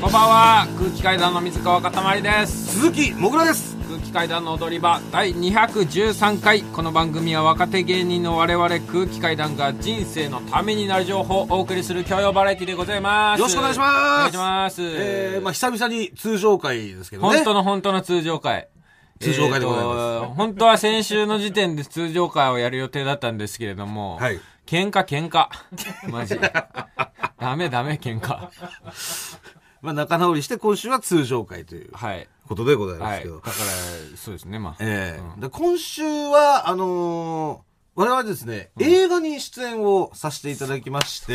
こんばんは、空気階段の水川かたまりです。 鈴木もぐらです。 空気階段の踊り場第213回。この番組は若手芸人の我々空気階段が人生のためになる情報をお送りする教養バラエティでございます。 よろしくお願いします。 お願いします。 久々に通常回ですけどね。 本当の通常回。 通常回でございます。 本当は先週の時点で通常回をやる予定だったんですけれども、 はい。 喧嘩。マジ。ダメ喧嘩。 仲直りして今週は通常回ということでございますけど。 はい、だからそうですね。 で今週は我々ですね、映画に出演をさせていただきまして。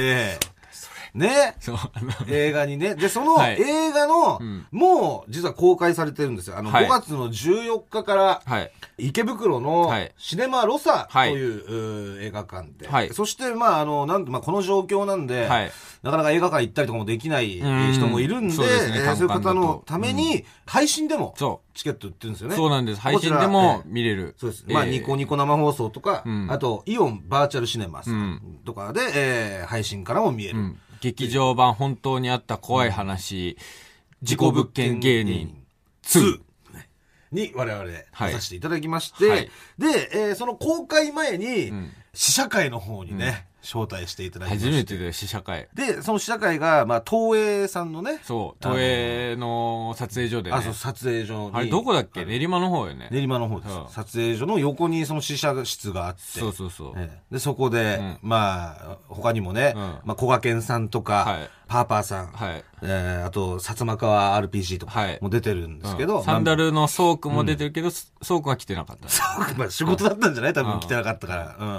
ね。映画にね。で、その映画の、もう実は公開されてるんですよ。5月の14日から、池袋のシネマロサという映画館で。そして、この状況なんで、なかなか映画館行ったりとかもできない人もいるんで、そういう方のために、配信でもチケット売ってるんですよね。 そうなんです。配信でも見れる。 そうです。ニコニコ生放送とか、あと、イオンバーチャルシネマスとかで、配信からも見える。 劇場版本当にあった怖い話、事故物件芸人2 に我々出させていただきまして、で、その公開前に試写会の方にね、招待していただきまして。 初めてで試写会。 で、その試写会が、東映さんのね。 そう、東映の撮影所でね。 そう、撮影所に。 あれどこだっけ？練馬の方よね。 練馬の方です。撮影所の横にその試写室があって。 そう。 で、そこで、他にもね、こがけんさんとか、パーパーさん、あと、薩摩川 RPG とかも出てるんですけど。 サンダルのソークも出てるけど、ソークは来てなかった。 ソーク、仕事だったんじゃない？多分来てなかったから。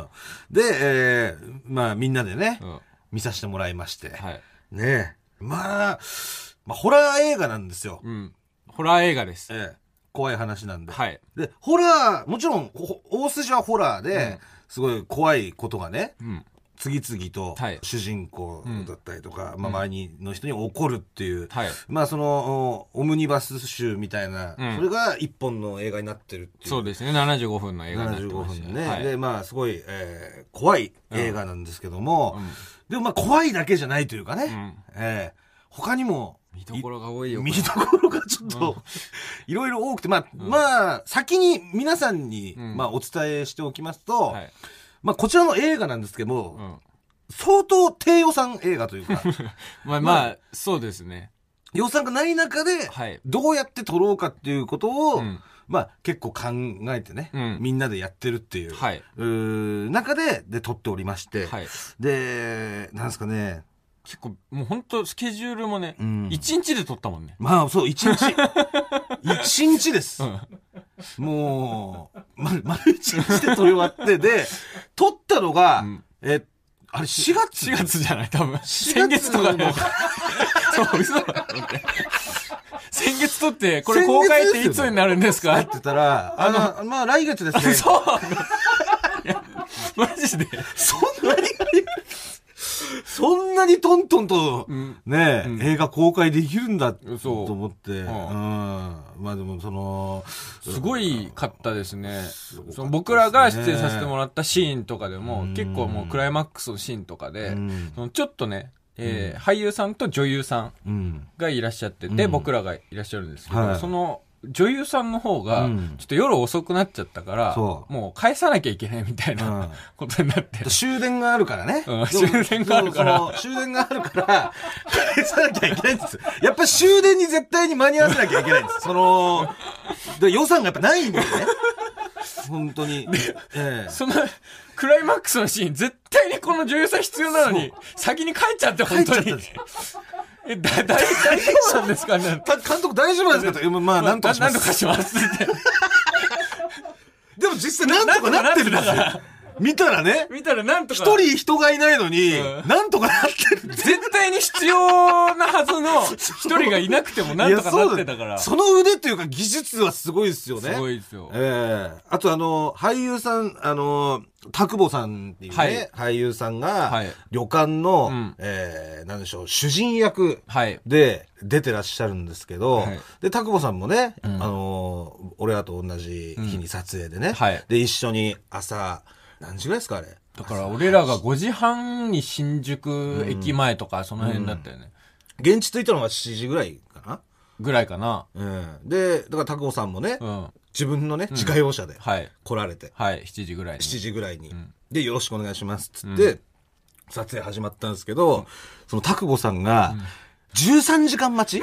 で、みんなでね、見させてもらいまして。ねホラー映画なんですよ。 ホラー映画です。 怖い話なんで。で、ホラー、もちろん、大筋はホラーで、すごい怖いことがね、次々と主人公だったりとか、周りの人に起こるっていう、そのオムニバス集みたいな、それが一本の映画になってるっていう。 そうですね、75分の映画になってます 75分ね。で、すごい、怖い映画なんですけども、でも怖いだけじゃないというかね、他にも、 見どころが多いよ。 見どころがちょっと、いろいろ多くて、先に皆さんに、お伝えしておきますと、こちらの映画なんですけども、相当低予算映画というか。 そうですね。 予算がない中で、どうやって撮ろうかっていうことを、結構考えてね、みんなでやってるっていう、中で撮っておりまして、で、なんですかね、 結構、もう本当スケジュールもね、1日で撮ったもんね。 そう、1日。1日です。もう、丸1日で撮り終わって、で、撮ったのが、あれ4月 ?4 月じゃない多分。先月とかね。そう、嘘だと思って。先月撮って、これ公開っていつになるんですかって言ったら、来月ですね。 そうマジで。 そんなにトントンと、映画公開できるんだと思って、でもすごいかったですね。僕らが出演させてもらったシーンとかでも、結構もうクライマックスのシーンとかで、ちょっとね、俳優さんと女優さんがいらっしゃってて、僕らがいらっしゃるんですけど、その女優さんの方が、ちょっと夜遅くなっちゃったから、もう返さなきゃいけないみたいなことになって。 終電があるからね。 終電があるから。 終電があるから、返さなきゃいけないんです。やっぱ終電に絶対に間に合わせなきゃいけないんです。予算がやっぱないんでね。本当に。 その、クライマックスのシーン、絶対にこの女優さん必要なのに、先に帰っちゃって、本当に。大丈夫なんですかね。 監督大丈夫なんですかと。なんとかします。 なんとかしますって。 でも実際なんとかなってるんですよ。見たらなんとか。 一人人がいないのに、なんとかなってる。 絶対に必要なはずの一人がいなくてもなんとかなってたから。 その腕っていうか技術はすごいですよね。 すごいですよ。 あと俳優さん、田久保さんっていうね、俳優さんが、旅館の、なんでしょう、主人役で出てらっしゃるんですけど、で、田久保さんもね、俺らと同じ日に撮影でね、で、一緒に朝、何時ぐらいですかあれ。 だから俺らが5時半に新宿駅前とかその辺だったよね。 現地着いたのが7時ぐらいかなぐらいかな。 で、だから拓保さんもね、自分のね、自家用車で来られて。 はい、7時ぐらいに。 7時ぐらいに。で、よろしくお願いします。つって、撮影始まったんですけど、その拓保さんが、13時間待ち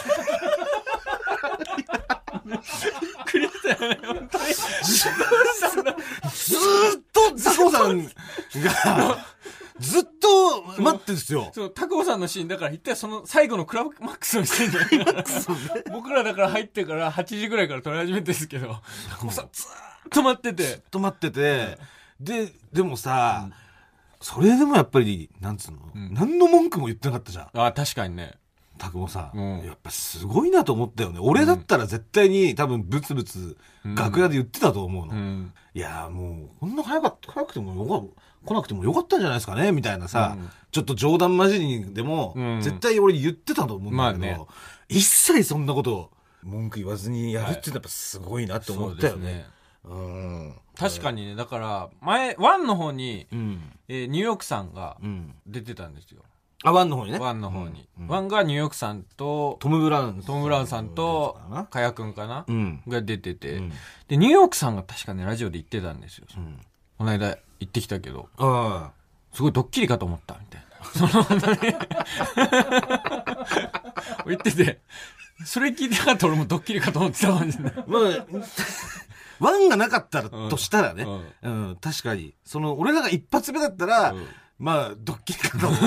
くれたよね、本当に。 ずーっと拓保さんが、ずっと待ってんですよ。 そう、拓保さんのシーン、だから一体その最後のクライマックスのシーンだよ。僕らだから入ってから8時ぐらいから撮り始めてるんですけど、拓保さんずーっと待ってて。 ずっと待ってて、でもさ、それでもやっぱり、なんつうの、何の文句も言ってなかったじゃん。 あ、確かにね。 拓保さん、やっぱすごいなと思ったよね。俺だったら絶対に多分ブツブツ楽屋で言ってたと思うの。いやもうこんな早くても来なくてもよかったんじゃないですかねみたいなさ、ちょっと冗談交じりにでも、絶対俺言ってたと思うんだけど、一切そんなこと文句言わずにやるってやっぱすごいなって思ったよね。 確かにね、だから前ワンの方に、ニューヨークさんが出てたんですよ。 ワンの方にね。 ワンの方に。ワンがニューヨークさんと、 トム・ブラウンさんと、カヤくんかな、が出てて、で、ニューヨークさんが確かね、ラジオで言ってたんですよ。この間行ってきたけど、すごいドッキリかと思った、みたいな。その本当に言ってて、それ聞いてなかったら俺もドッキリかと思ってたかもしれない。 まあ、ワンがなかったらとしたらね、確かに。俺らが一発目だったら、まあ、ドッキリかと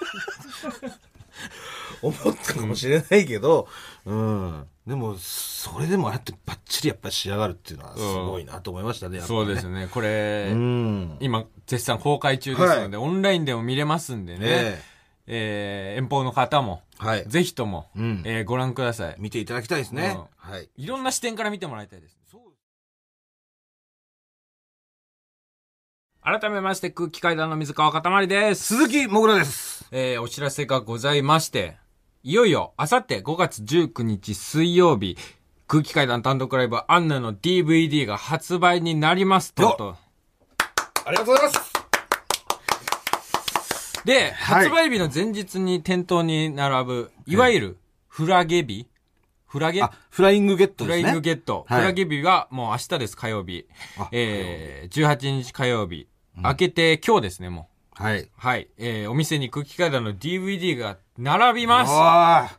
思ったかもしれないけど、でも、それでもああやってバッチリやっぱり仕上がるっていうのはすごいなと思いましたね。 そうですね。これ、今、絶賛公開中ですので、オンラインでも見れますんでね。遠方の方も、ぜひとも、ご覧ください。 見ていただきたいですね。 いろんな視点から見てもらいたいです。改めまして、空気階段の水川かたまりです。 鈴木もぐらです。 お知らせがございまして、いよいよ、あさって5月19日水曜日、空気階段単独ライブアンナの DVD が発売になりますと。 ありがとうございます。 で、発売日の前日に店頭に並ぶ、いわゆるフラゲ日、フライングゲットですね。 フライングゲット。フラゲ日がもう明日です、火曜日。18日火曜日。明けて今日ですね、もう。はい。お店に空気階段の DVD が並びます。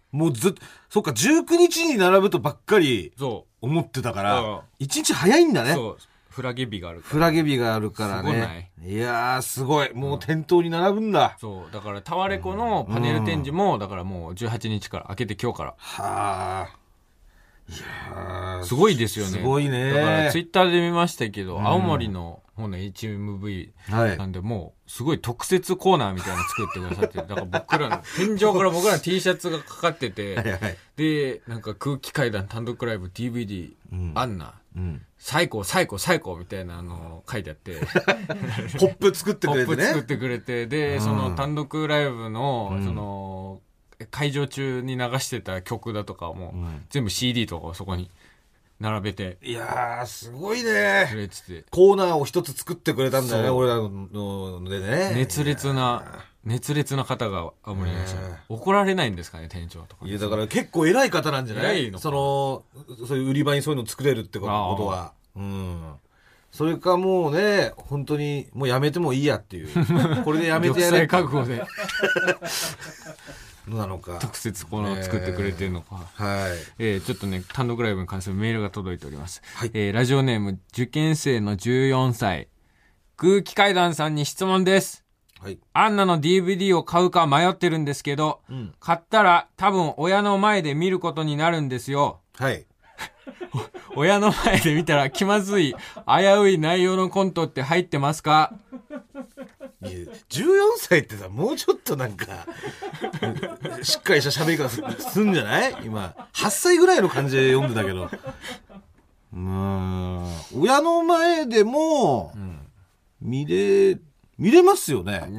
もうそっか、19日に並ぶとばっかり思ってたから、1日早いんだね。そう。 フラゲ日があるから。 フラゲ日があるからね。すごない？いやー、すごい。もう店頭に並ぶんだ。 そう。だから、タワレコのパネル展示も、だからもう18日から、明けて今日から。いやすごいですよね。 すごいね。 だからツイッターで見ましたけど、青森の方の HMV なんで、もうすごい特設コーナーみたいなの作ってくださって、だから僕らの天井から僕らの T シャツがかかってて、で、なんか空気階段単独ライブ DVD アンナ、最高みたいな書いてあって、 ポップ作ってくれてね。 ポップ作ってくれて、で、その単独ライブの、その、会場中に流してた曲だとかも、全部 CD とかをそこに並べて。 いやー、すごいね。 コーナーを一つ作ってくれたんだよね、俺らのでね。 熱烈な方が青森にいらっしゃる。怒られないんですかね、店長とか。 いや、だから結構偉い方なんじゃない？偉いの？そういう売り場にそういうの作れるってことは。それかもうね、本当にもうやめてもいいやっていう。これでやめてやれ。 覚悟で。 なのか。 特設コーナーを作ってくれてるのか。ちょっとね、単独ライブに関するメールが届いております。ラジオネーム、受験生の14歳。空気階段さんに質問です。アンナの DVD を買うか迷ってるんですけど、買ったら多分親の前で見ることになるんですよ。親の前で見たら気まずい、危うい内容のコントって入ってますか ？14歳ってさ、もうちょっとなんか、しっかりした喋り方すんじゃない？今、8歳ぐらいの感じで読んでたけど。親の前でも、見れますよね。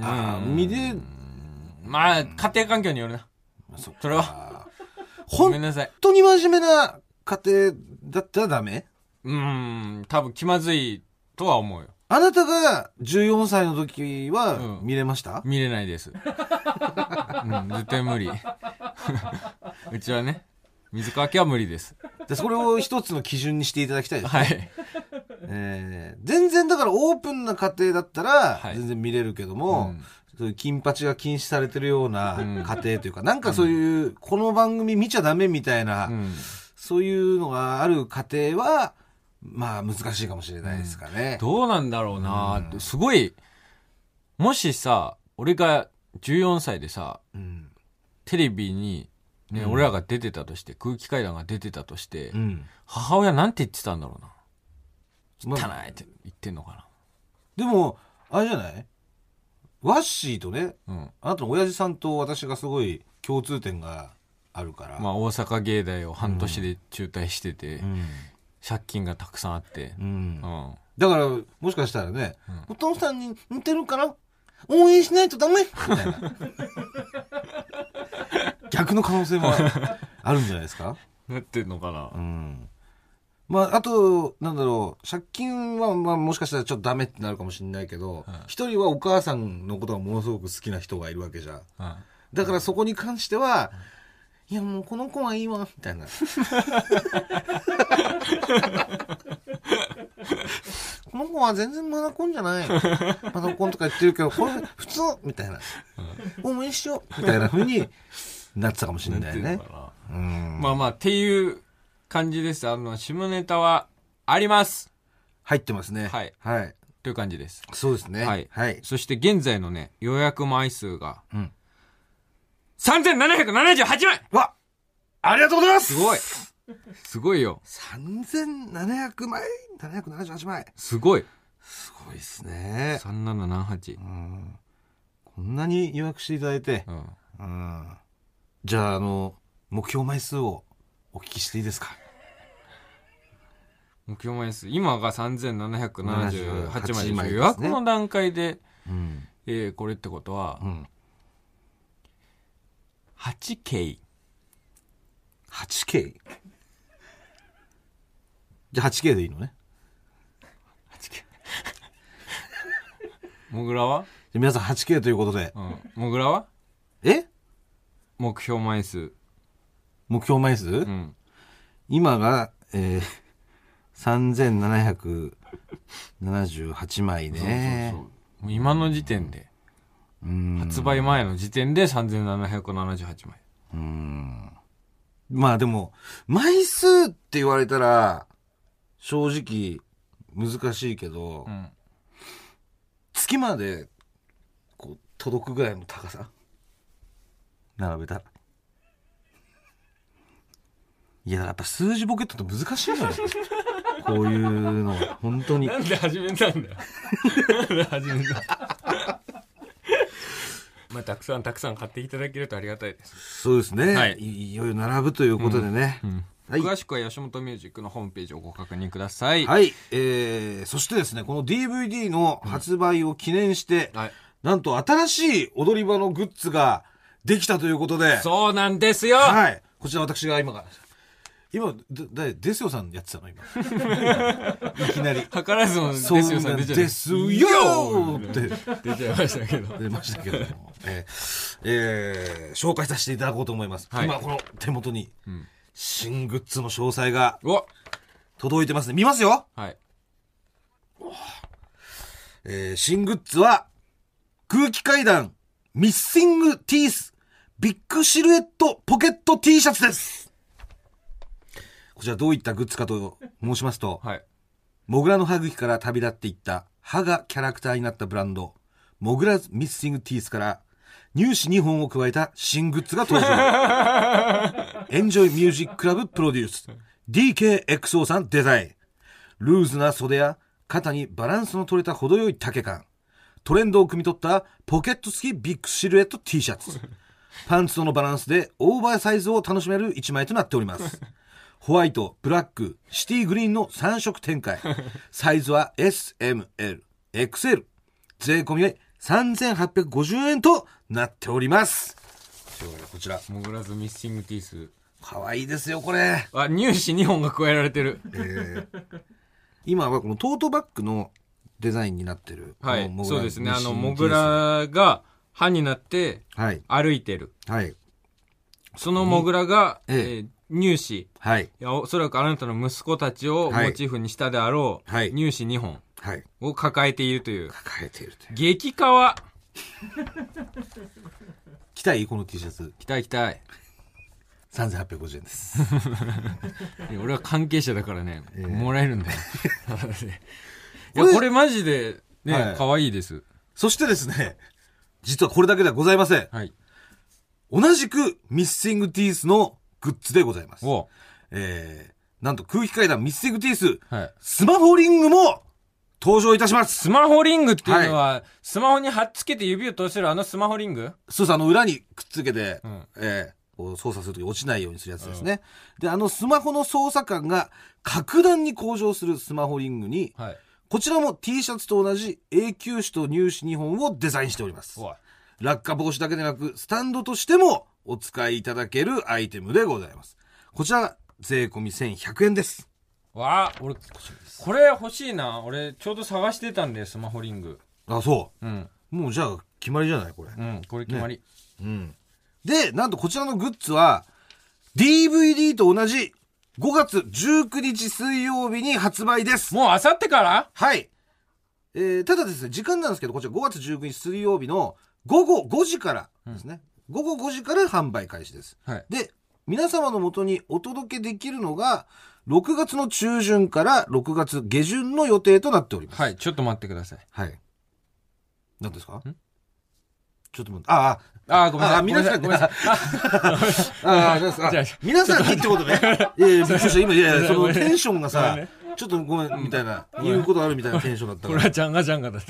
まあ、家庭環境によるな。それは。ごめんなさい。 本当に真面目な家庭だったらダメ？ 多分気まずいとは思うよ。 あなたが14歳の時は見れました？ 見れないです。絶対無理。うちはね、水川家は無理です。 でそれを一つの基準にしていただきたいですね。 はい。 全然だからオープンな家庭だったら全然見れるけども、そういう金八が禁止されてるような家庭というか、なんかそういうこの番組見ちゃダメみたいな、そういうのがある家庭はまあ難しいかもしれないですかね。 どうなんだろうな、すごい、もしさ、俺が14歳でさ、テレビにね、俺らが出てたとして、空気階段が出てたとして、母親なんて言ってたんだろうな。汚いって言ってんのかな。 でもあれじゃない、ワッシーとね、あなたの親父さんと私がすごい共通点があるから、 まあ大阪芸大を半年で中退してて、借金がたくさんあって、 だからもしかしたらね、お父さんに似てるから応援しないとダメみたいな逆の可能性もあるんじゃないですか。 なってんのかな。 まあ、あとなんだろう、借金はまあもしかしたらちょっとダメってなるかもしれないけど、一人はお母さんのことがものすごく好きな人がいるわけじゃん。だからそこに関しては、いやもうこの子はいいわみたいなこの子は全然マナコンじゃない、マナコンとか言ってるけどこれ普通みたいな、応援しようみたいな風になってたかもしれないね。 まあまあっていう感じです。下ネタはあります。 入ってますね。 はい、はい、という感じです。 そうですね。はい、はい、 そして現在のね予約枚数が、3778枚。 わ、ありがとうございます。 すごい。すごいよ。 3700枚、778枚。 すごい。 すごいですね。 3778。 こんなに予約していただいて。じゃあ、目標枚数をお聞きしていいですか。 目標枚数。今が3778枚です。予約の段階で、これってことは、8K。 8K？ じゃあ 8K でいいのね。 8K。もぐらは？ じゃあ皆さん 8K ということで。 もぐらは？目標枚数。 目標枚数？今が、3778枚ね。 そう今の時点で。発売前の時点で3778枚。 まあでも枚数って言われたら正直難しいけど、月までこう届くぐらいの高さ並べたら、いややっぱ数字ボケットって難しいのよこういうの本当に。 なんで始めたんだよなんで始めたまあ、たくさん買っていただけるとありがたいです。 そうですね、はい、いよいよ並ぶということでね、 はい、詳しくは吉本ミュージックのホームページをご確認ください。 はい、そしてですねこの DVD の発売を記念して、なんと新しい踊り場のグッズができたということで。 そうなんですよ。 はい、こちら私が今ですよさんやってたの今いきなり図らずもですよさん出ちゃう。 ですよって出ちゃいましたけど出ましたけども、紹介させていただこうと思います、今この手元に、新グッズの詳細が届いてますね。見ますよ。新グッズは空気階段ミッシングティースビッグシルエットポケット T シャツです。こちらどういったグッズかと申しますと、モグラの歯茎から旅立っていった歯がキャラクターになったブランドモグラズミッシングティースから乳歯2本を加えた新グッズが登場エンジョイミュージッククラブプロデュース DKXO さんデザイン。ルーズな袖や肩にバランスの取れた程よい丈感、トレンドを汲み取ったポケット付きビッグシルエット T シャツパンツとのバランスでオーバーサイズを楽しめる1枚となっております。ホワイト、ブラック、シティグリーンの3色展開。サイズは S、M、L、XL。税込み3850円となっております。こちら。 モグラズミッシングティース。 かわいいですよ、これ。 乳歯2本が加えられてる。 今はこのトートバッグのデザインになってる。 はい。そうですね。モグラが歯になって歩いてる。 はい。 そのモグラが、乳歯。 はい。 おそらくあなたの息子たちをモチーフにしたであろう、乳歯2本を抱えているという。 抱えているという。 激カワ。 着たいこの T シャツ。 着たい着たい。 3850円です。 俺は関係者だからね、もらえるんだよ。いや、これマジでね、可愛いです。 そしてですね、実はこれだけではございません。はい。同じくミッシングティースのグッズでございます。なんと空気階段ミッシングティース、スマホリングも登場いたします。 スマホリングっていうのは、スマホに貼っつけて指を通せるあのスマホリング？ そうです。裏にくっつけて、操作するとき落ちないようにするやつですね。で、スマホの操作感が格段に向上するスマホリングに、こちらも T シャツと同じ永久歯と乳歯2本をデザインしております。落下防止だけでなく、スタンドとしてもお使いいただけるアイテムでございます。こちら、税込み1100円です。 わあ、俺、これ欲しいな。俺、ちょうど探してたんで、スマホリング。 あ、そう。もうじゃあ、決まりじゃないこれ。 これ決まり。 で、なんとこちらのグッズは、DVD と同じ5月19日水曜日に発売です。 もうあさってから？ はい。ただですね、時間なんですけど、こちら5月19日水曜日の午後5時からですね。午後5時から販売開始です。で、皆様の元にお届けできるのが、6月の中旬から6月下旬の予定となっております。 はい、ちょっと待ってください。 はい。何ですか？ちょっと待って、 ごめんなさい。 皆さん、ごめんなさい。何ですか？皆さんにってことね。いや、今、そのテンションがさ、ちょっとごめん、みたいな、言うことあるみたいなテンションだったから。 これはジャンガジャンガだった。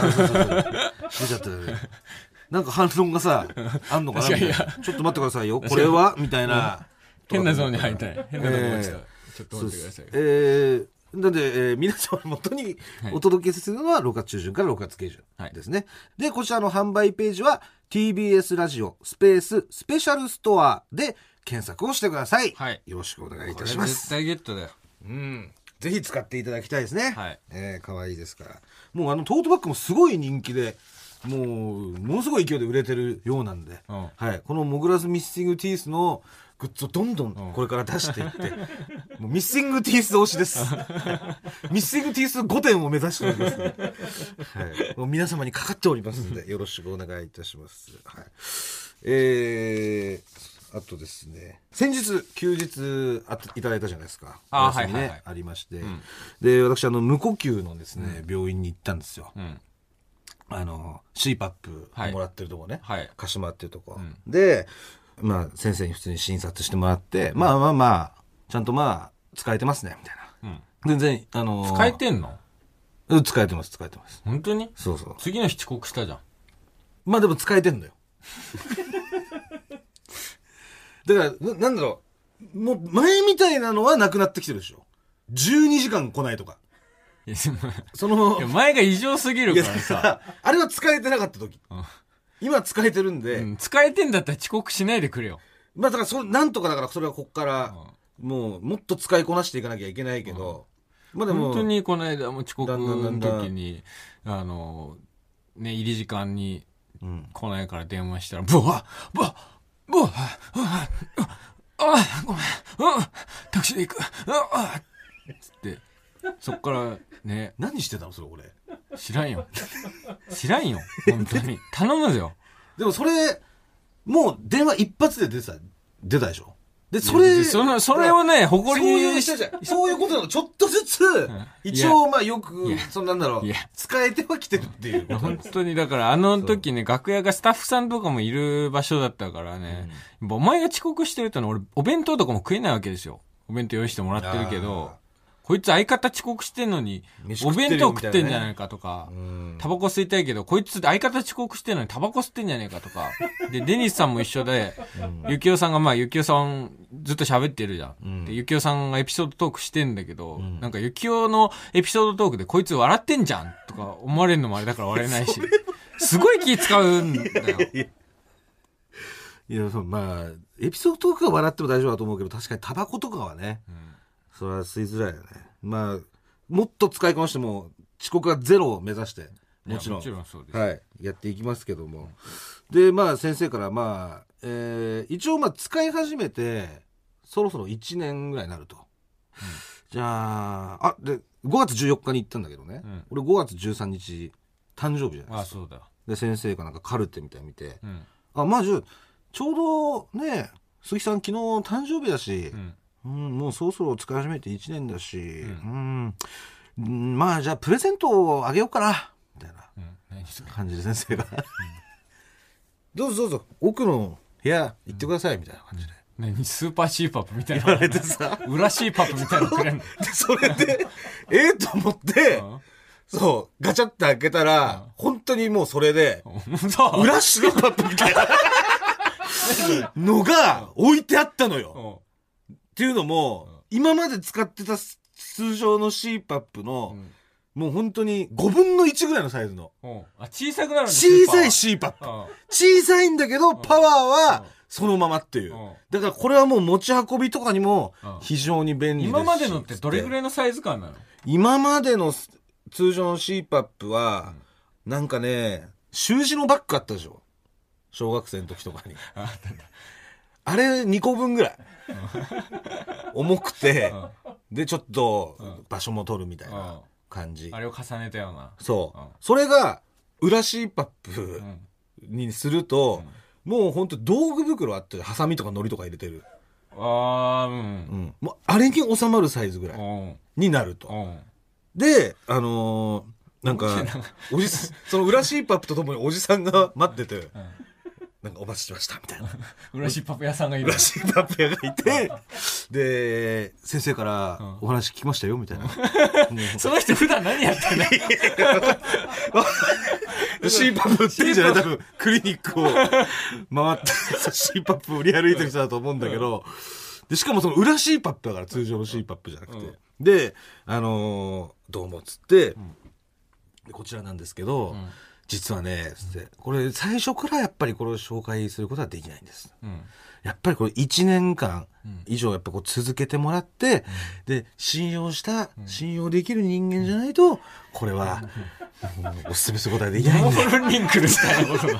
そう。出ちゃったよね。なんか反論がさ、あんのかなみたいな。ちょっと待ってくださいよ。これはみたいな。 変なゾーンに入ったい。変なところでした。ちょっと待ってください。 なんで、皆様の元にお届けするのは6月中旬から6月下旬ですね。で、こちらの販売ページは TBS ラジオスペーススペシャルストアで検索をしてください。よろしくお願いいたします。 絶対ゲットだよ。 ぜひ使っていただきたいですね。可愛いですから。もうトートバッグもすごい人気で、ものすごい勢いで売れてるようなんで、このモグラズミッシングティースのグッズをどんどんこれから出していって、もうミッシングティース推しです。ミッシングティース5点を目指しておりますね。もう皆様にかかっておりますので、よろしくお願いいたします。あとですね、先日休日いただいたじゃないですか。お休みね、ありまして、で、私無呼吸のですね、病院に行ったんですよ。CPAP もらってるとこね、貸してもらってるとこ、で、先生に普通に診察してもらって、ちゃんと使えてますねみたいな、全然使えてんの？ 使えてます。 本当に？ そう。 次の日遅刻したじゃん。 でも使えてんのよ。だからなんだろう、もう前みたいなのはなくなってきてるでしょ。12時間来ないとか。 前が異常すぎるからさ。 あれは使えてなかった時。今使えてるんで、 使えてんだったら遅刻しないでくれよ。 だからなんとかだからそれはこっから、もっと使いこなしていかなきゃいけないけど、 でも本当にこの間も遅刻の時に入り時間に来ないから電話したらごめんタクシーで行くつってそっからね。 何してたのそれ俺。 知らんよ本当に頼むよ。 でもそれもう電話一発で出たでしょ。でそれをね誇りにそういうことなの。ちょっとずつ一応よくなんだろう使えてはきてるっていうこと。 本当にだから時ね楽屋がスタッフさんとかもいる場所だったからね、お前が遅刻してると俺お弁当とかも食えないわけですよ。お弁当用意してもらってるけど、こいつ相方遅刻してんのにお弁当食ってんじゃないかとか、タバコ吸いたいけどこいつ相方遅刻してんのにタバコ吸ってんじゃねえかとかでデニスさんも一緒で、ゆきおさんがゆきおさんずっと喋ってるじゃん、でゆきおさんがエピソードトークしてんだけど、なんかゆきおのエピソードトークでこいつ笑ってんじゃんとか思われるのもあれだから笑えないしすごい気使うんだよ。 いやエピソードトークは笑っても大丈夫だと思うけど、確かにタバコとかはね、それは吸いづらいよね。もっと使いこなしても遅刻はゼロを目指して、もちろんそうです、 はい、やっていきますけども。で、まあ先生からまあ、一応まあ使い始めて、そろそろ1年ぐらいになると。じゃあ、で、5月14日に行ったんだけどね。俺5月13日、誕生日じゃないですか。 そうだ。 で、先生がなんかカルテみたいに見て、まあじゃあ、ちょうどね、鈴木さん昨日誕生日だし、もうそろそろ使い始めて1年だし、まあじゃあプレゼントをあげようかな、みたいな感じで先生が、どうぞどうぞ、奥の部屋行ってください、みたいな感じで。 スーパーシーパップみたいな。 言われてさ。 裏シーパップみたいなのくれんの。 で、それで、と思って、そう、ガチャって開けたら、本当にもうそれで、裏シーパップみたいなのが置いてあったのよ。っていうのも、今まで使ってた通常のシーパップの、もう本当に5分の1ぐらいのサイズの。 小さくなるんだ。 小さいシーパップ。小さいんだけど、パワーはそのままっていう。だからこれはもう持ち運びとかにも非常に便利ですし。 今までのってどれぐらいのサイズ感なの？ 今までの通常のシーパップは、なんかね、習字のバッグあったでしょ、小学生の時とかに。あれ2個分ぐらい。重くて、で、ちょっと場所も取るみたいな感じ。 あれを重ねたような。 そう。それが、裏シーパップにすると、もうほんと道具袋あって、ハサミとか海苔とか入れてる。もうあれに収まるサイズぐらいになると。で、なんか、その裏シーパップとともにおじさんが待ってて、なんかお待ちしてましたみたいな。 裏シーパップ屋さんがいる。 裏シーパップ屋がいて、で、先生からお話聞きましたよみたいな。 その人普段何やってんの？ シーパップ売ってるんじゃない？多分クリニックを回ってシーパップを売り歩いてる人だと思うんだけど、でしかもその裏シーパップだから、通常のシーパップじゃなくて、で、どうもっつって、こちらなんですけど、実はね、これ最初からやっぱりこれを紹介することはできないんです。やっぱりこれ1年間以上やっぱこう続けてもらって、で、信用できる人間じゃないと、これは、おすすめすることはできないんだ。 ノールリンクルみたいなことが。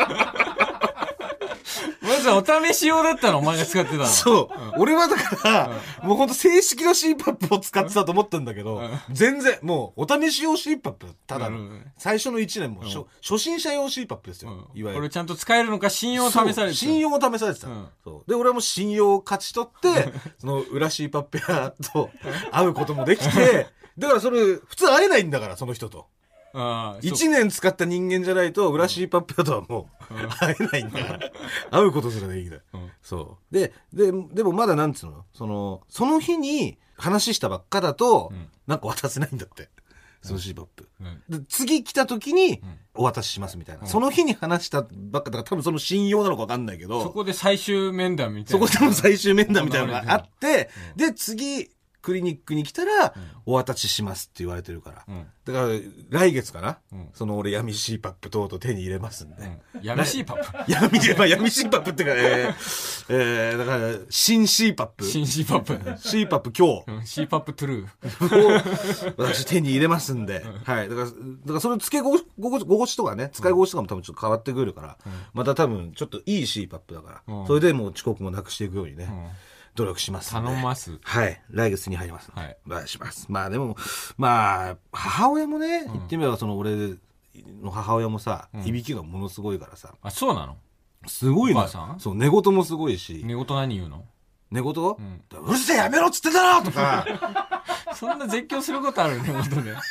まずはお試し用だったの、お前が使ってたの。 そう。俺はだから、もうほんと正式なシーパップを使ってたと思ったんだけど、全然、もうお試し用シーパップ、ただの、最初の1年も初心者用シーパップですよ。いわゆる。 これちゃんと使えるのか信用を試されてた。 信用を試されてた。そう。で、俺はもう信用を勝ち取って、その裏シーパップ屋と会うこともできて、だからそれ、普通会えないんだから、その人と。1年使った人間じゃないと、裏シーパップ屋とはもう、会えないんだから。会うことすらできない。そう。でもまだなんつうの、その日に話したばっかだと、なんか渡せないんだって。そのシーパップ。で次来た時に、お渡ししますみたいな。その日に話したばっかだから多分その信用なのかわかんないけど。 そこで最終面談みたいな。 そこでも最終面談みたいなのがあって、で、次、クリニックに来たら、お渡ししますって言われてるから。だから、来月かな、その俺闇シーパップ等々手に入れますんで。 闇シーパップ闇シーパップっていうか、だから、新シーパップ。 新シーパップ。 シーパップ今日。シーパップトゥルー。 を、私手に入れますんで。はい。だからそれ付け心地とかね、使い心地とかも多分ちょっと変わってくるから、また多分ちょっといいシーパップだから、それでもう遅刻もなくしていくようにね。努力しますんで。 頼ます。 はい。来月に入ります。はい。お願いします。まあでも、まあ、母親もね、言ってみればその俺の母親もさ、いびきがものすごいからさ。 あ、そうなの？ すごいの。 お母さん？ そう、寝言もすごいし。 寝言何言うの？ 寝言？うるせえやめろっつってたろとか。 そんな絶叫することある？寝言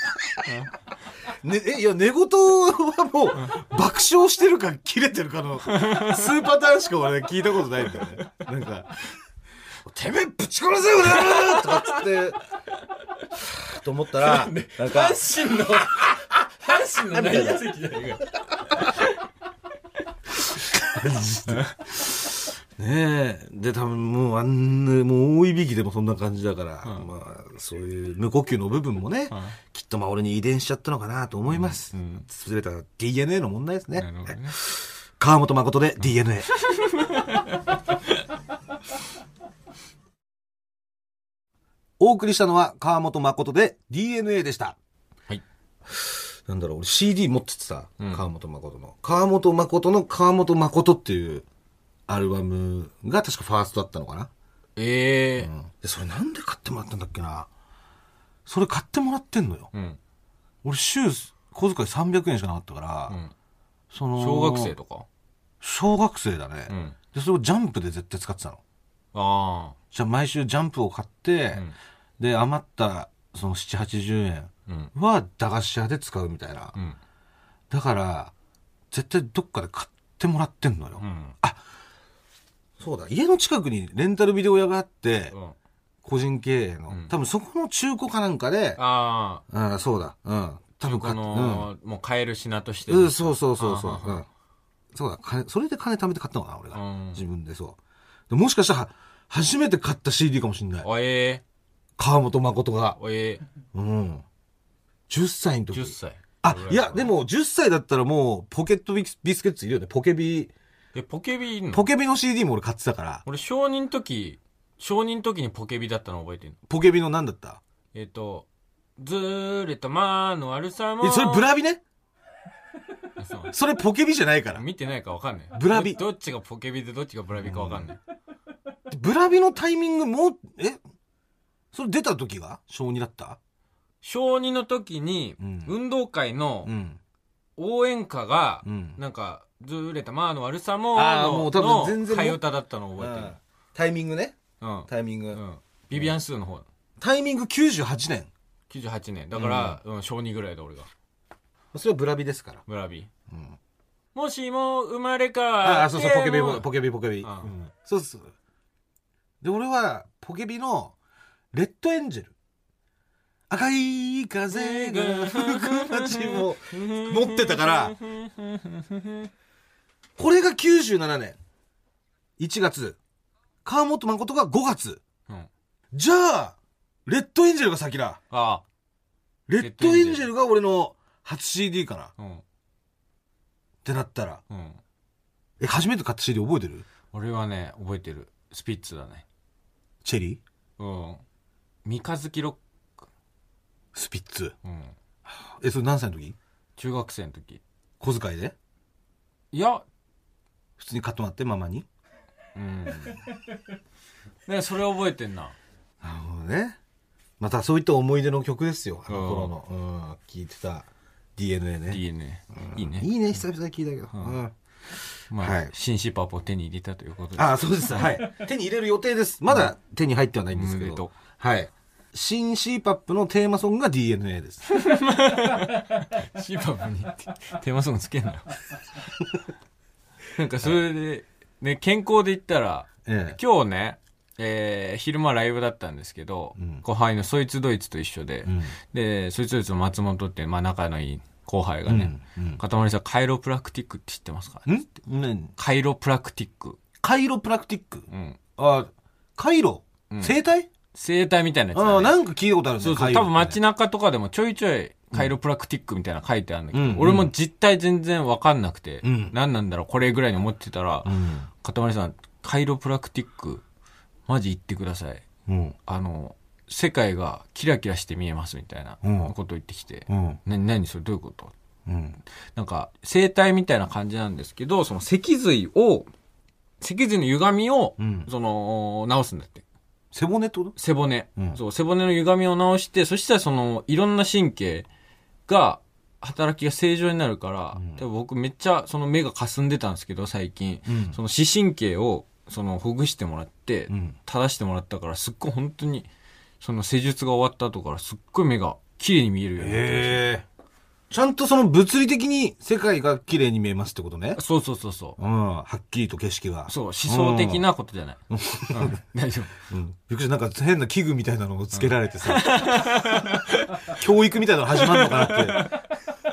で。 いや、寝言はもう、爆笑してるか切れてるかの、数パターンしか俺聞いたことないんだよね。なんか、てめえぶち殺せよなとかっつって、と思ったら、なんか、 阪神の内野席じゃねえか。 ねえ。で、多分もうもう大いびきでもそんな感じだから、まあ、そういう無呼吸の部分もね、きっとまあ俺に遺伝しちゃったのかなと思います。すべては DNA の問題ですね。川本誠で DNA。お送りしたのは川本誠で DNA でした。 はい。 なんだろう、俺 CD 持っててさ、川本誠の。川本誠の川本誠っていうアルバムが確かファーストだったのかな。で、それなんで買ってもらったんだっけな。それ買ってもらってんのよ。俺週小遣い300円しかなかったから、 その小学生とか小学生だね。で、それをジャンプで絶対使ってたの。じゃあ毎週ジャンプを買って、で、余ったその7、80円は駄菓子屋で使うみたいな。だから、絶対どっかで買ってもらってんのよ。あ、そうだ、家の近くにレンタルビデオ屋があって、個人経営の。多分そこの中古かなんかで、そうだ、多分もう買える品として。 そう。そうだ、それで金貯めて買ったのかな、俺が。自分でそう。もしかしたら、初めて買った CD かもしんない。川本誠が。10歳の時。 10歳。 いや、でも10歳だったらもう、ポケットビスケッツいるよね。ポケビの CD も俺買ってたから。 俺、小2の時にポケビだったの覚えてんの。 ポケビの何だった？ ずーれたまーの悪さも。 それブラビね。それポケビじゃないから。 見てないか分かんない。 ブラビ。 どっちがポケビでどっちがブラビか分かんない。 ブラビのタイミングもそれ出た時が小2だった？ 小2の時に、運動会の応援歌が、なんか、ずーれたまーの悪さもの替え歌だったのを覚えてる。 タイミングね。タイミング。 ビビアンスーの方。 タイミング98年。 98年。だから、小2ぐらいだ俺が。 それはブラビですから。 ブラビ。もしも生まれ変わって。 そう、ポケビ。そう。で、俺は、ポケビの、レッドエンジェル。赤い風が吹く街も持ってたから、これが97年。1月。川本誠が5月。じゃあ、レッドエンジェルが先だ。レッドエンジェルが俺の初 CD かな。ってなったら。初めて買った CD 覚えてる？ 俺はね、覚えてる。スピッツだね。 チェリー？三日月ロック。 スピッツ。それ何歳の時？ 中学生の時。 小遣いで？ いや、 普通に買ってもらって、ママに。 それ覚えてんな。 なるほどね。またそういった思い出の曲ですよ。あの頃の。聴いてた DNA ね。 DNA。いいね。 いいね、久々に聴いたけど。 新シパップを手に入れたということで。 そうです。はい。手に入れる予定です。まだ手に入ってはないんですけど。はい。新シーパップのテーマソングが DNA です。 シーパップにテーマソングつけんなよ。なんかそれで、ね、健康で言ったら、今日ね、昼間ライブだったんですけど、後輩のそいつドイツと一緒で、で、そいつドイツの松本って、仲のいい後輩がね、かたまりさん、カイロプラクティックって知ってますか？カイロプラクティック。 カイロプラクティック？カイロ？生体？ 生体みたいなやつ、 なんか聞いたことあるね。 そう、多分街中とかでもちょいちょいカイロプラクティックみたいなの書いてあるんだけど、俺も実態全然わかんなくて、何なんだろうこれぐらいに思ってたら、かたまりさん、カイロプラクティックマジ言ってください、世界がキラキラして見えますみたいなことを言ってきて、何それどういうこと、なんか生体みたいな感じなんですけど、その脊髄の歪みを、その直すんだって。 背骨ってこと？ 背骨、そう、背骨の歪みを直して、そしたらそのいろんな神経が働きが正常になるから、多分僕めっちゃその目が霞んでたんですけど最近、その視神経をそのほぐしてもらって、正してもらったから、すっごい本当にその施術が終わった後からすっごい目が綺麗に見えるようになって、 ちゃんとその物理的に世界が綺麗に見えますってことね。 そう。 はっきりと景色が。 そう、思想的なことじゃない。大丈夫。 びっくりした。なんか変な器具みたいなのをつけられてさ、教育みたいなの始まるのかなって。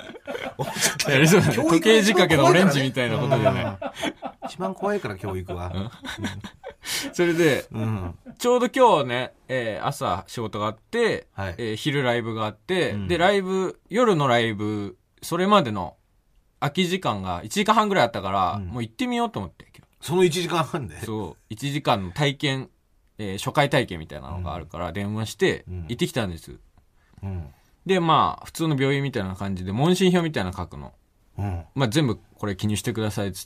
時計仕掛けのオレンジみたいなことじゃない。 一番怖いから教育は。 それで、ちょうど今日ね、朝仕事があって、昼ライブがあって、で、夜のライブ、それまでの空き時間が1時間半ぐらいあったから、もう行ってみようと思って。 その1時間半で？ そう、1時間の体験、初回体験みたいなのがあるから、電話して、行ってきたんです。 で、まあ、普通の病院みたいな感じで、問診票みたいなの書くの。まあ、全部これ記入してくださいっつって、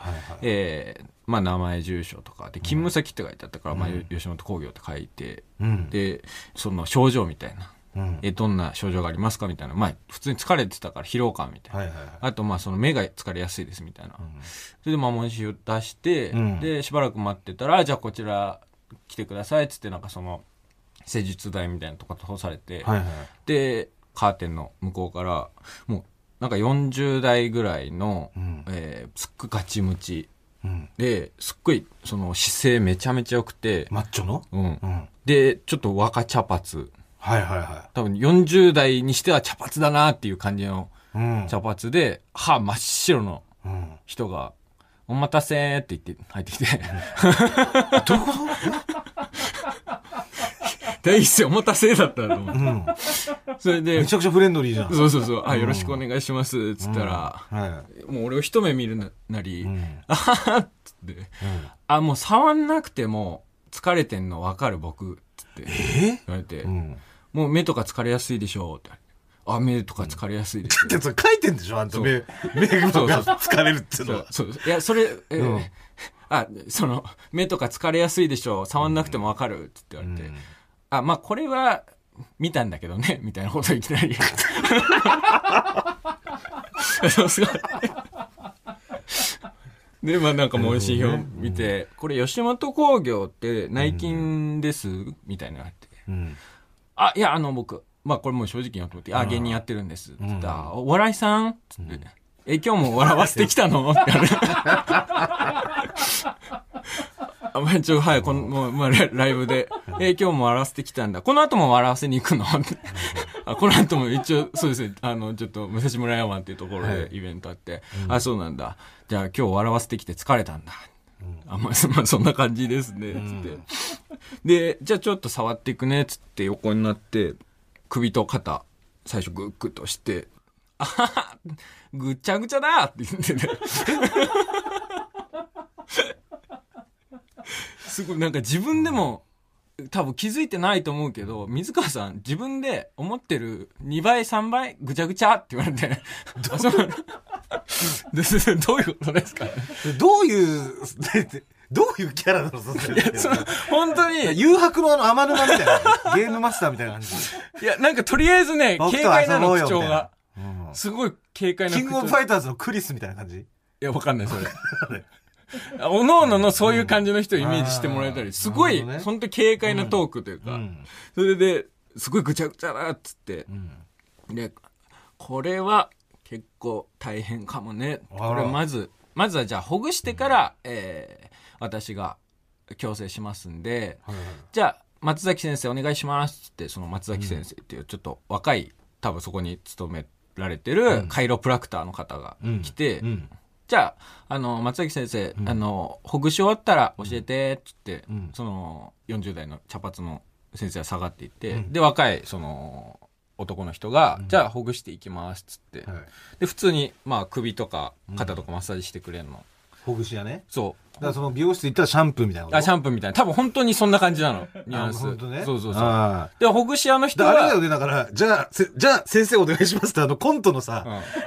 まあ、名前、住所とかで、勤務先って書いてあったから、まあ、吉本興業って書いて、で、その症状みたいな。どんな症状がありますかみたいな。まあ、普通に疲れてたから疲労感みたいな。あと、まあ、その目が疲れやすいですみたいな。それで、まあ、問診を出して、で、しばらく待ってたら、じゃあこちら来てくださいっつって、なんかその、施術台みたいなとこ通されて、で、カーテンの向こうから、もう、なんか40代ぐらいの、すっごいガチムチ。で、すっごい、その姿勢めちゃめちゃ良くて。 マッチョので、ちょっと若茶髪。多分40代にしては茶髪だなっていう感じの茶髪で、歯真っ白の人が、お待たせーって言って入ってきて。 どういうこと大一世お待たせだったと思う。それで。 めちゃくちゃフレンドリーじゃん。 そう。よろしくお願いします。つったら、もう俺を一目見るなり、あははっつって、もう触んなくても疲れてんの分かる僕、つって。言われて、もう目とか疲れやすいでしょって。目とか疲れやすいです。 だってそれ書いてんでしょあんた目とか疲れるってのは。 いや、それ、その、目とか疲れやすいでしょ触んなくても分かるって言われて。まあ、これは、見たんだけどね、みたいなことをいきなり。すごい。で、まあなんか問診票見て、これ吉本興業って内勤ですみたいなのがあって。いや、僕、まあこれもう正直言おうと思って、芸人やってるんです。つったら、お笑いさんつって、今日も笑わせてきたのって言われて。はい、もうライブで、今日も笑わせてきたんだ。この後も笑わせに行くのこの後も一応、そうですね、ちょっと、武蔵村山っていうところでイベントあって、そうなんだ。じゃあ今日笑わせてきて疲れたんだ。まあそんな感じですね、つって。で、じゃあちょっと触っていくね、つって横になって、首と肩、最初グッグッとして、ぐちゃぐちゃだって言ってね。すごいなんか自分でも多分気づいてないと思うけど、水川さん自分で思ってる2倍3倍ぐちゃぐちゃって言われてどういうことですか？ どういうキャラなの？ 本当に誘白の天沼みたいなゲームマスターみたいな感じ。 いやなんかとりあえずね軽快なの口調がすごい軽快な口調。 キングオブファイターズのクリスみたいな感じ。 いやわかんないそれ。おのおののそういう感じの人をイメージしてもらえたり、すごい、本当に軽快なトークというか、それで、すごいぐちゃぐちゃだっつって、で、これは結構大変かもね。これまずはじゃあほぐしてから、私が矯正しますんで、じゃあ松崎先生お願いしますって、その松崎先生っていうちょっと若い、多分そこに勤められてるカイロプラクターの方が来て、じゃあ、松崎先生、ほぐし終わったら教えて、って言って、その、40代の茶髪の先生が下がっていって、で、若い、その、男の人が、じゃあ、ほぐしていきます、つって。で、普通に、まあ、首とか、肩とかマッサージしてくれるの。 ほぐし屋ね。 そう。 だからその美容室行ったらシャンプーみたいなこと？ シャンプーみたいな。多分本当にそんな感じなの。ニュアンス。 本当ね。 そう。で、ほぐし屋の人は。 あれだよね、だから、じゃあ先生お願いしますってコントのさ、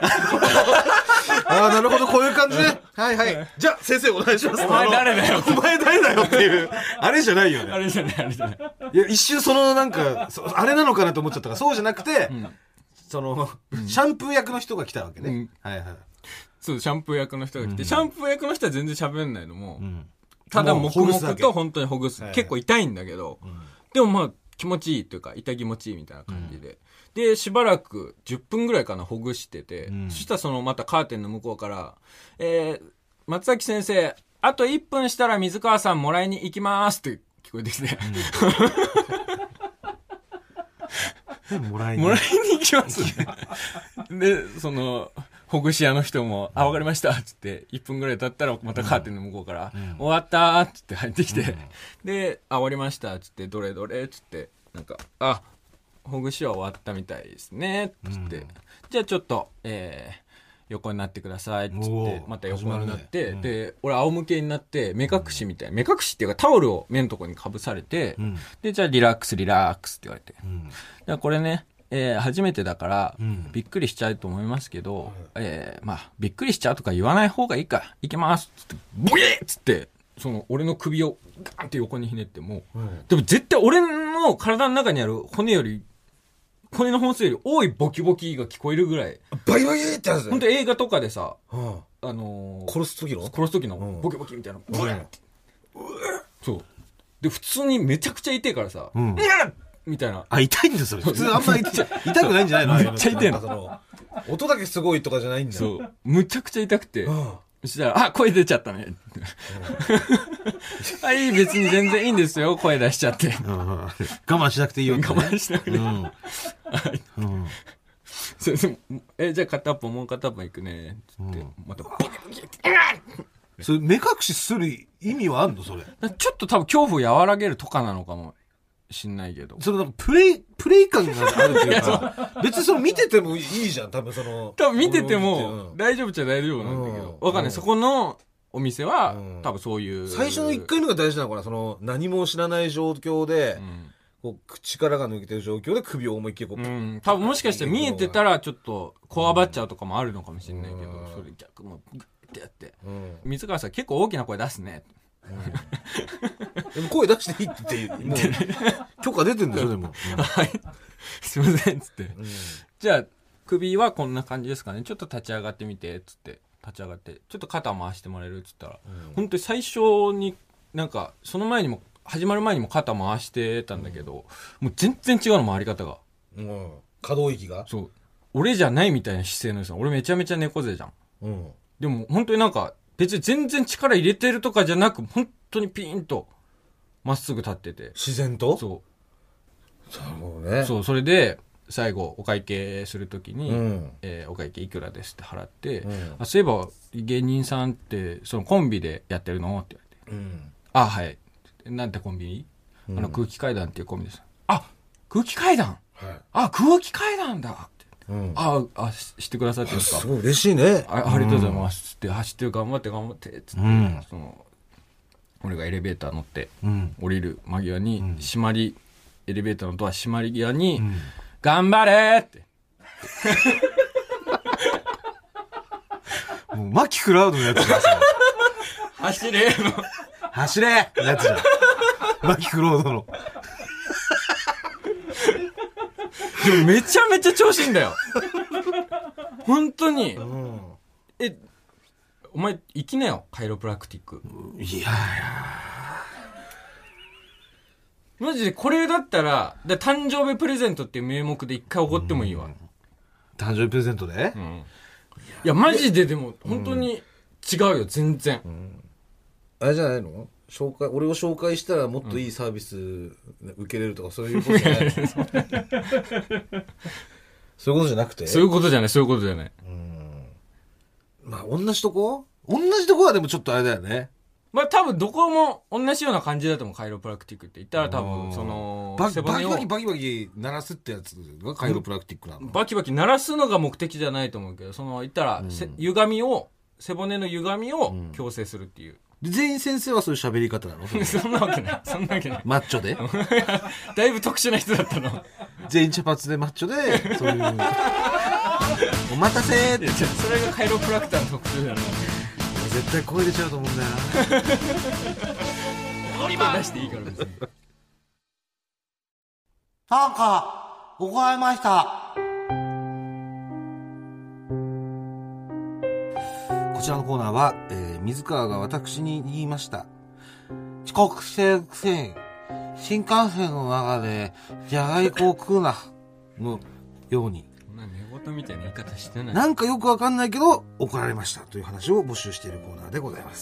なるほど、こういう感じね。はい。じゃあ、先生お願いします。 お前誰だよっていう、あれじゃないよね。 あれじゃない。 いや、一瞬そのなんか、あれなのかなと思っちゃったから、そうじゃなくて、その、シャンプー役の人が来たわけね。 そう、シャンプー役の人が来て、シャンプー役の人は全然喋んないのも、ただ黙々と本当にほぐす。結構痛いんだけど、でもまあ、気持ちいいというか、痛気持ちいいみたいな感じで。で、しばらく10分ぐらいかな、ほぐしてて、そしたらそのまたカーテンの向こうから、松崎先生、あと1分したら水川さんもらいに行きますって聞こえてきて。 もらいに行きますね。で、その、ほぐし屋の人も、わかりましたっつって、1分ぐらい経ったらまたカーテンの向こうから、終わったっつって入ってきて、で、終わりましたっつって、どれっつって、なんか、ほぐしは終わったみたいですね、つって、じゃあちょっと、横になってください、つって、また横になって、で、俺仰向けになって、目隠しみたいな、目隠しっていうかタオルを目のとこにかぶされて、で、じゃあリラックスって言われて、じゃあこれね、 初めてだから、びっくりしちゃうと思いますけど、まあ、びっくりしちゃうとか言わない方がいいから、行きますつって、ブイーっつって、俺の首をガーンって横にひねっても、でも絶対俺の体の中にある骨の本数より多いボキボキが聞こえるぐらい。 バイバイってやつだよ。 ほんと映画とかでさ、 殺す時のボキボキみたいな。そう。で、普通にめちゃくちゃ痛いからさ、みたいな。 あ、痛いんだそれ。普通あんま痛くないんじゃないの？ めっちゃ痛いの。 音だけすごいとかじゃないんだよ。そう。むちゃくちゃ痛くて。そしたら、声出ちゃったね。はい、別に全然いいんですよ、声出しちゃって。 我慢しなくていいよって。 我慢しなくていい。じゃあ片っぽ、もう片っぽ行くね。つって、また、ボキボキって。 それ、目隠しする意味はあんのそれ。 ちょっと多分恐怖を和らげるとかなのかもしんないけど。 そのなんかプレイ感があるっていうか、別に見ててもいいじゃん、多分見てても大丈夫っちゃ大丈夫なんだけど。わかんない。そこのお店は、多分そういう。 最初の1回目が大事なのかな、何も知らない状況で、力が抜けてる状況で首を思いっきり多分もしかして見えてたらちょっとこわばっちゃうとかもあるのかもしれないけど、それ逆もグッてやって、水川さん結構大きな声出すね。 でも声出していいってもう許可出てんでしょでも。 はい。すいませんつって。じゃあ首はこんな感じですかね。ちょっと立ち上がってみてつって立ち上がってちょっと肩回してもらえるっつったら、本当に最初になんかその前にも始まる前にも肩回してたんだけど、もう全然違うの回り方が。 可動域が。 そう。俺じゃないみたいな姿勢の人。俺めちゃめちゃ猫背じゃん。でも本当になんか別に全然力入れてるとかじゃなく、本当にピーンとまっすぐ立ってて。 自然と？ そう。 そうね。 そう、それで最後お会計するときに、お会計いくらですって払って、そういえば芸人さんってそのコンビでやってるのって言われて。あ、はい。なんてコンビ？空気階段っていうコンビです。あ、空気階段、あ、空気階段だって。知ってくださってるんですか？ すごい嬉しいね。 ありがとうございますって、走って頑張ってってつって、俺がエレベーター乗って降りる間際に、エレベーターのドア閉まり際に、頑張れって。 もうマキクラウドのやつだ。 走れ走れのやつじゃん。マキクラウドの。 でもめちゃめちゃ調子いいんだよ。本当に。お前行きなよ、カイロプラクティック。 いやマジでこれだったら、誕生日プレゼントっていう名目で一回おごってもいいわ。 誕生日プレゼントで？ いやマジででも本当に違うよ、全然。 あれじゃないの？俺を紹介したらもっといいサービス受けれるとかそういうことじゃない？そういうことじゃなくて？ そういうことじゃない。 まあ同じとこはでもちょっとあれだよね。 まあ多分どこも同じような感じだと思う。カイロプラクティックって言ったら多分バキ鳴らすってやつがカイロプラクティックなの？ バキバキ鳴らすのが目的じゃないと思うけど、言ったら、背骨の歪みを矯正するっていう。 全員先生はそういう喋り方なの？ そんなわけない。 マッチョでだいぶ特殊な人だったの。 全員茶髪でマッチョで、そういう。お待たせーって。 それがカイロプラクターの特徴だな。 絶対声出ちゃうと思うんだよな。 踊り場出していいから別に。 なんか、怒られました。 こちらのコーナーは、水川が私に言いました。 遅刻してるくせに、新幹線の中で、じゃがりこを食うな、 のように。 寝言みたいな言い方してない。 なんかよくわかんないけど、怒られましたという話を募集しているコーナーでございます。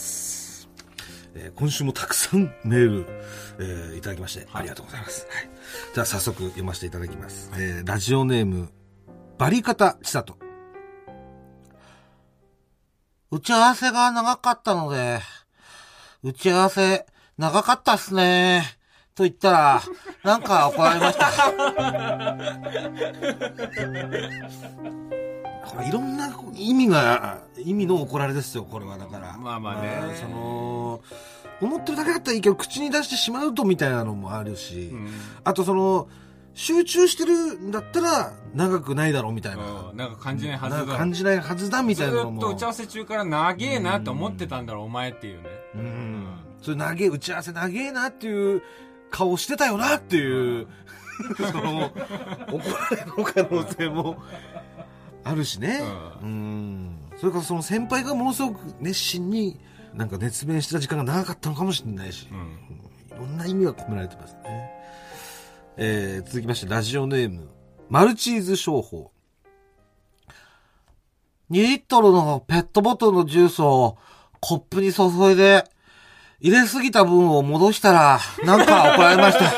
今週もたくさんメール、いただきまして、ありがとうございます。はい、じゃあ早速読ませていただきます。ラジオネーム、バリカタチサト。 打ち合わせが長かったので、打ち合わせ長かったっすねと言ったら、なんか怒られました。 いろんな意味の怒られですよ、これは。だから。 まあね。 思ってるだけだったらいいけど、口に出してしまうとみたいなのもあるし、あと集中してるんだったら長くないだろうみたいな、 なんか感じないはずだ、 感じないはずだみたいなのもずっと打ち合わせ中から長えなと思ってたんだろうお前っていうね。 それ打ち合わせ長えなっていう顔してたよなっていうその怒られる可能性もあるしね。それからその先輩がものすごく熱心になんか熱弁してた時間が長かったのかもしれないし、いろんな意味が込められてますね。続きましてラジオネームマルチーズ商法。2リットルのペットボトルのジュースをコップに注いで入れすぎた分を戻したらなんか怒られました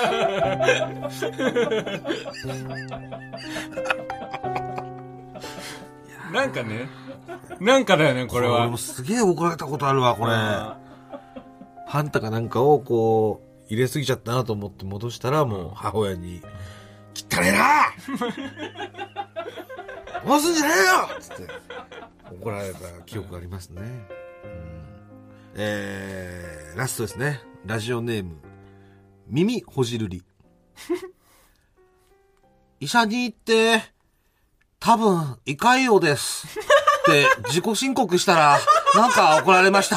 なんかね、なんかだよねこれは。 もすげえ怒られたことあるわこれ。パンタかなんかをこう入れすぎちゃったなと思って戻したらもう母親に「汚ねえな戻すんじゃねえよ!」っつって怒られた記憶がありますね。ラストですね。ラジオネーム耳ほじるり。医者に行って多分胃潰瘍ですって自己申告したらなんか怒られました。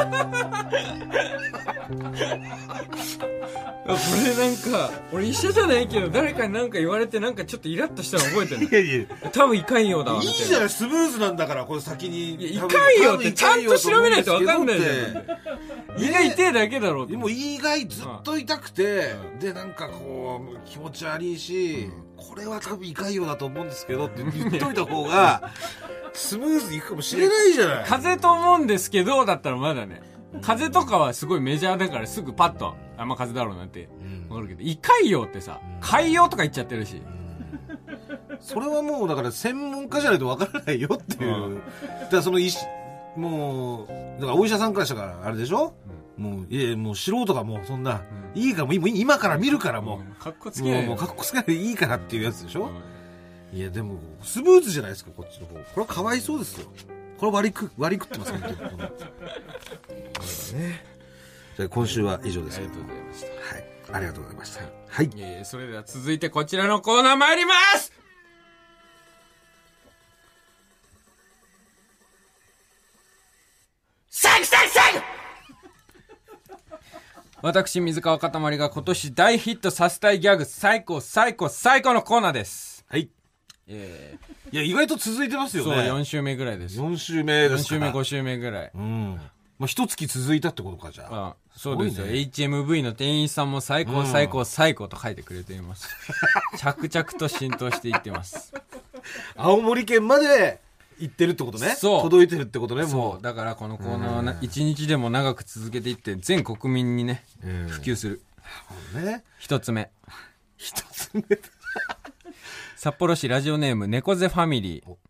これなんか俺医者じゃないけど誰かになんか言われてなんかちょっとイラッとしたの覚えてる。いや多分胃潰瘍だわみたいな。 いいじゃない、スムーズなんだからこれ先に。 胃潰瘍ってちゃんと調べないと分かんないじゃん。胃が痛いだけだろうって。 でも胃がずっと痛くて、でなんかこう気持ち悪いし、これは多分胃潰瘍だと思うんですけどって言っといた方がスムーズにいくかもしれないじゃない。 風邪と思うんですけどだったらまだね。風邪とかはすごいメジャーだからすぐパッと風邪だろうなって分かるけど、胃潰瘍ってさ潰瘍とか言っちゃってるし、 それはもうだから専門家じゃないと分からないよっていう、だからそのもうだからお医者さんからしたからあれでしょ、もうもう素人がもうそんな、いいからもう今から見るからもう、 かっこつけないもうかっこつけないでいいからっていうやつでしょ。いやでもスムーズじゃないですかこっちの方。これはかわいそうですよ。これ割り食ってますね。じゃあ今週は以上です。 ありがとうございました。 はい、ありがとうございました。はい。 それでは続いてこちらのコーナー参ります。サクサクサク。私水川かたまりが今年大ヒットさせたいギャグ最高最高最高のコーナーです。 はい。いや意外と続いてますよね。 そう4週目ぐらいです。 4週目ですか。 4週目5週目ぐらい。 まあ一月続いたってことか。じゃあそうですよ、ね、HMV の店員さんも最高最高最高と書いてくれています。着々と浸透していってます。 青森県まで行ってるってことね。 そう届いてるってことね。 そうだからこのコーナーは1日でも長く続けていって全国民にね、普及する。一つ目札幌市ラジオネーム猫背ファミリー。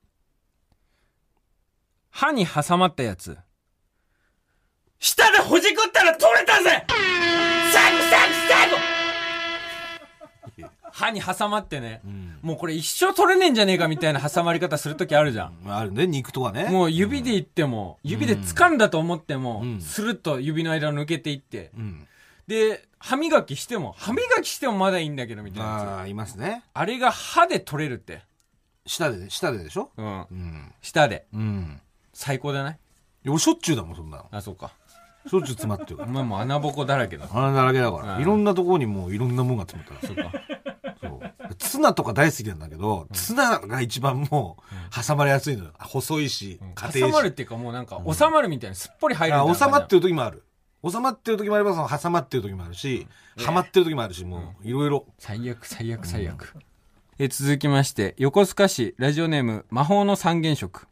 歯に挟まったやつ舌でほじくったら取れたぜ。サクサクサク。歯に挟まってね、もうこれ一生取れねえんじゃねえかみたいな挟まり方するときあるじゃん。 あるね、肉とかね。 もう指でいっても、指で掴んだと思っても、スルッと指の間抜けていって、で歯磨きしてもまだいいんだけどみたいな。 いますね。 あれが歯で取れるって。 舌ででしょ。 舌で。最高だね。 俺しょっちゅうだもんそんなの。 あ、そうか。 しょっちゅう詰まってるから。 お前もう穴ぼこだらけだ。 穴だらけだから。いろんなところにもういろんなもんが詰まったら。そうか。ツナとか大好きなんだけど、ツナが一番もう挟まれやすいのよ。細いし、 挟まるっていうかもうなんか収まるみたいなすっぽり入るみたいな。 収まってる時もある。収まってる時もあればその挟まってる時もあるし、はまってる時もあるし、もういろいろ。 最悪。続きまして横須賀市ラジオネーム魔法の三原色。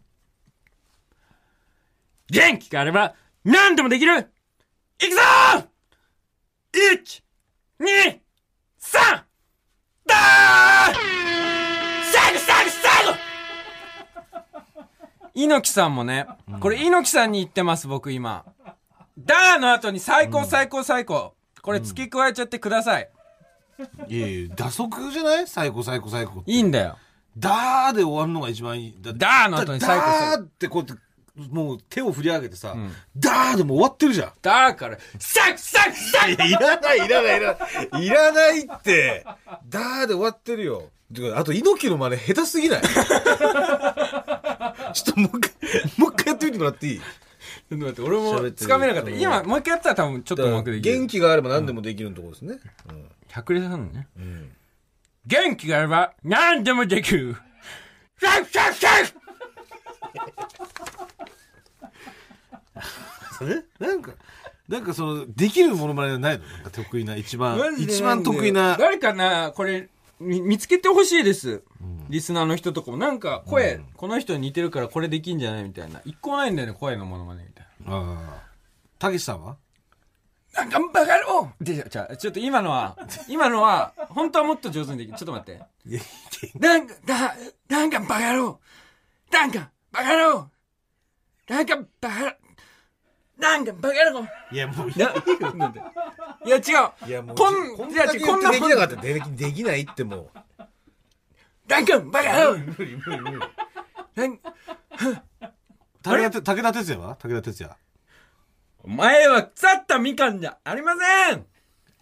元気があれば何でもできる。いくぞー !1、2、3! だーサクサクサク。猪木さんもね、これ猪木さんに言ってます僕今。ダーの後に最高最高最高。これ付け加えちゃってください。 いやいや、打足じゃない？最高最高最高。 いいんだよ。 ダーで終わるのが一番いい。 ダーの後に最高最高。 ダーってこうやって、もう手を振り上げてさ、ダーでも終わってるじゃん。 ダーから、サクサクサク。 いらないって。 ダーで終わってるよ。あと、猪木の真似下手すぎないちょっともう一回やってみてもらっていい？ ちょっと待って、俺もつかめなかった。今、もう一回やったら多分ちょっとうまくできる。 元気があれば何でもできるところですね。 百裂さんのね。元気があれば何でもできる。シャフシャフシャフなんかその、できるものまねないの？なんか得意な、一番得意な。 誰かな、これ、見つけてほしいです。リスナーの人とかも。なんか、声、この人に似てるからこれできんじゃないみたいな。一個もないんだよね、声のものまねみたいな。 たけしさんはなんかバカ野郎ちょっと今のは、本当はもっと上手にできる。ちょっと待って。なんかバカ野郎なんかバカ野郎なんかバカ野郎いや、もう、 いや、違う。 いや、もう、 こんだけ言ってできなかったらできないってもう。 なんかバカ野郎無理。武田鉄矢は武田鉄矢。 お前は腐ったみかんじゃありません。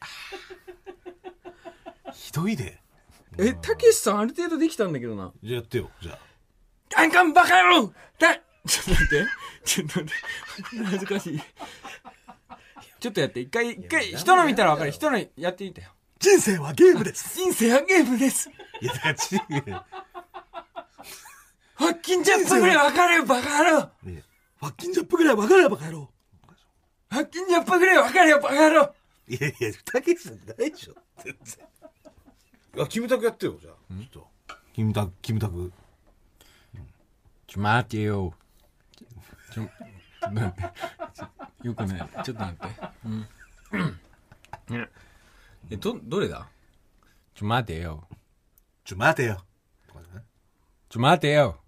ひどいで。 たけしさんある程度できたんだけどな。 じゃあやってよ、じゃあ。 なんかバカ野郎ちょっと待って。恥ずかしい。ちょっとやって、一回、人の見たら分かる。人のやってみてよ。 人生はゲームです。 人生はゲームです。 いや、だから違う。 ファッキンジャップぐらい分かるよ、バカ野郎。 ファッキンジャップぐらい分かるよ、バカ野郎。 ファッキンジャップぐらい分かるよ、バカ野郎。 いや、たけしさんないでしょ、全然。キムタクやってよ、じゃあ。ちょっと。キムタク。 待てよ。待って。よくない。ちょっと待って。どれだ？待てよ。 待てよ。 待てよ。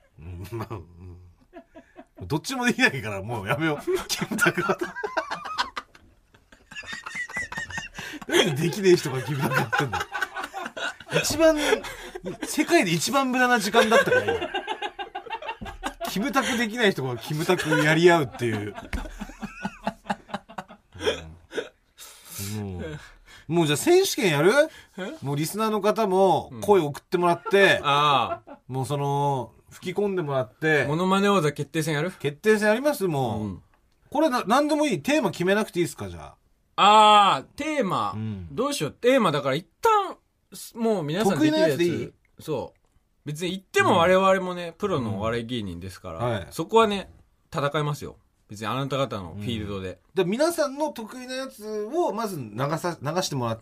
どっちもできないからもうやめよう。キムタクは。なんでできねえ人がキムタクやってんだよ。世界で一番無駄な時間だったから今。キムタクできない人がキムタクやり合うっていう。もうじゃあ選手権やる？もうリスナーの方も声送ってもらって、もうその吹き込んでもらって、 モノマネ王座決定戦やる？ 決定戦やりますもう。これ何でもいい。テーマ決めなくていいですか？じゃあ。テーマ、どうしよう。テーマだから一旦もう皆さんできるやつ。 得意なやつでいい？ そう。別に言っても我々もね、プロのお笑い芸人ですから、そこはね、戦いますよ。別にあなた方のフィールドで。 で皆さんの得意なやつをまず流してもらって、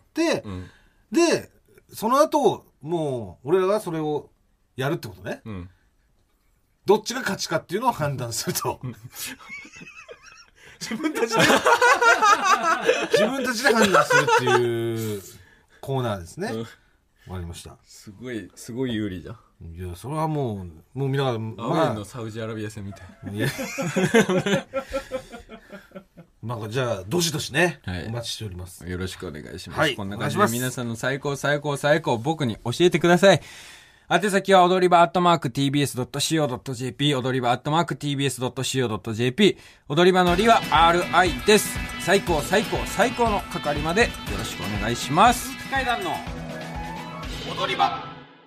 で、その後、もう、俺らがそれをやるってことね。どっちが勝ちかっていうのを判断すると。自分たちで判断するっていうコーナーですね。わかりました。 すごい有利じゃん。 いや、それはもう見ながら、 アウェイのサウジアラビア戦みたい。 いやまあ、じゃあ、どしどしね、お待ちしております。 よろしくお願いします。こんな感じで皆さんの最高、僕に教えてください。宛先は踊り場@tbs.co.jp、踊り場@tbs.co.jp、踊り場のりは RI です。最高の係までよろしくお願いします。 機械団の踊り場。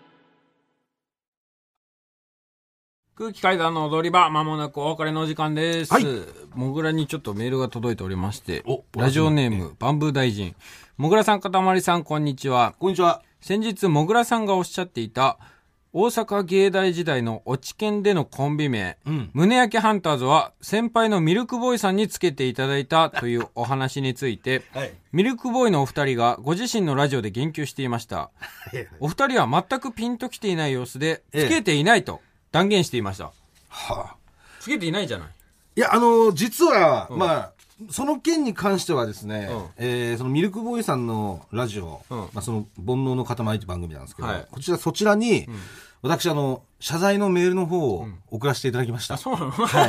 空気階段の踊り場、まもなくお別れのお時間です。もぐらにちょっとメールが届いておりまして、ラジオネーム、バンブー大臣。もぐらさん、かたまりさん、こんにちは。 こんにちは。 先日、もぐらさんがおっしゃっていた、大阪芸大時代の落研でのコンビ名、胸焼けハンターズは先輩のミルクボーイさんにつけていただいたというお話について、ミルクボーイのお二人がご自身のラジオで言及していました。お二人は全くピンときていない様子で、つけていないと断言していました。つけていないじゃない。 いや、実は、まあ、その件に関してはですね、そのミルクボーイさんのラジオ、まあ、その煩悩の塊という番組なんですけど、そちらに、私謝罪のメールの方を送らせていただきました。 そうなの？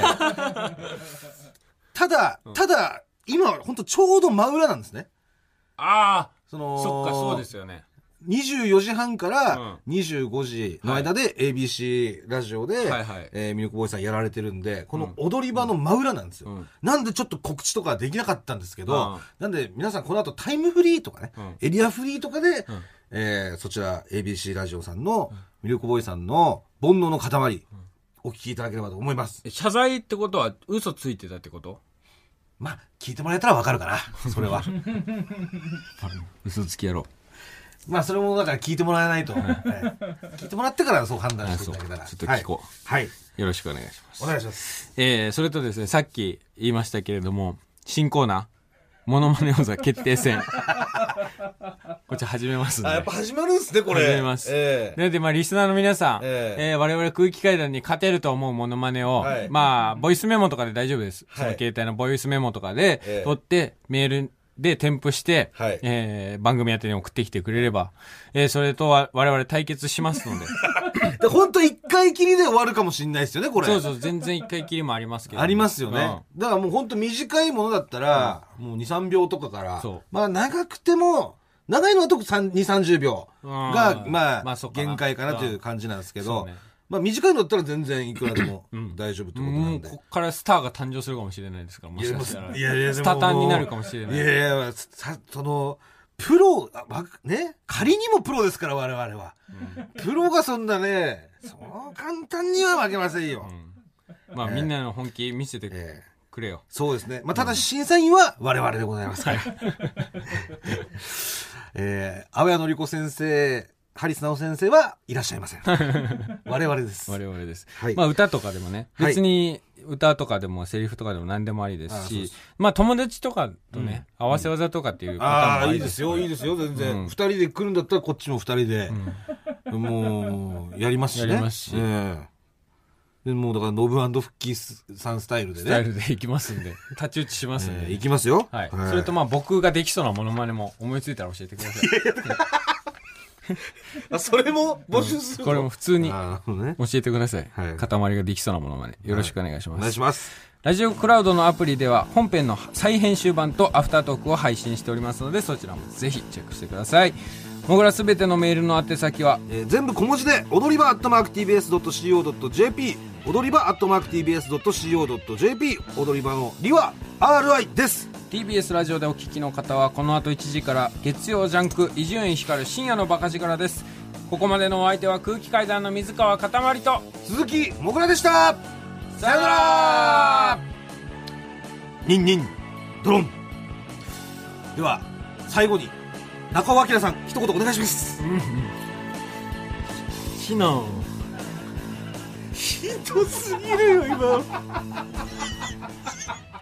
ただ今本当ちょうど真裏なんですね。 そっか、そうですよね。 24時半から25時の間で ABC ラジオでミルクボーイさんやられてるんで、この踊り場の真裏なんですよ。なんでちょっと告知とかできなかったんですけど、なんで皆さんこの後タイムフリーとかね、エリアフリーとかでそちら ABC ラジオさんのミルクボーイさんの煩悩の塊、お聞きいただければと思います。 謝罪ってことは嘘ついてたってこと？ まあ聞いてもらえたらわかるかな、それは。 嘘つきやろう。 まあそれもだから聞いてもらえないと、聞いてもらってからそう判断していただけたら、 ちょっと聞こう。 はい。 よろしくお願いします。 お願いします。 それとですね、さっき言いましたけれども、新コーナー、モノマネ王座決定戦。こっち始めますんで。 やっぱ始まるんすね、これ。 始めます。で、まあ、リスナーの皆さん、我々空気階段に勝てると思うモノマネを、まあ、ボイスメモとかで大丈夫です。その携帯のボイスメモとかで、取って、メールで添付して、番組宛てに送ってきてくれれば、それと我々対決しますので。 本当一回きりで終わるかもしれないですよね、これ。 そうそう、全然一回きりもありますけど。 ありますよね。だからもう本当短いものだったら、もう2、3秒とかから、まあ長くても、長いのは特に2、30秒が、まあ、限界かなという感じなんですけど、まあ短いのだったら全然いくらでも大丈夫ってことなんで。 こっからスターが誕生するかもしれないですから、もしかしたら。 いやいや、 スタタンになるかもしれない。 いやいや、その、プロ、ね、仮にもプロですから我々は。プロがそんなね、そう簡単には負けませんよ。 まあみんなの本気見せてくれよ。 そうですね。まあただ審査員は我々でございますから。青谷のりこ先生、ハリスナオ先生はいらっしゃいません。我々です。 我々です。まあ歌とかでもね、別に歌とかでもセリフとかでも何でもありですし、まあ友達とかとね、合わせ技とかっていうパターンもありですよ。いいですよ、全然。二人で来るんだったらこっちも二人で、もう、やりますしね。 やりますし。 でもうだからノブ&フッキーさんスタイルでね。 スタイルでいきますんで。太刀打ちしますんで。 いきますよ。 はい。それとまあ僕ができそうなモノマネも思いついたら教えてください。 それも募集するこれも普通に教えてください。塊ができそうなものまでよろしくお願いします。 お願いします。 ラジオクラウドのアプリでは本編の再編集版とアフタートークを配信しておりますので、そちらもぜひチェックしてください。もぐらすべてのメールの宛先は、 全部小文字で踊り場@tbs.co.jp、 踊り場@tbs.co.jp、 踊り場のりは RI です。 TBS ラジオでお聞きの方はこの後1時から月曜ジャンク伊集院光る深夜のバカ力です。ここまでのお相手は空気階段の水川かたまりと鈴木もぐらでした。さよなら。ニンニンドロン。では最後に中尾明さん一言お願いします。 シノンひどすぎるよ今。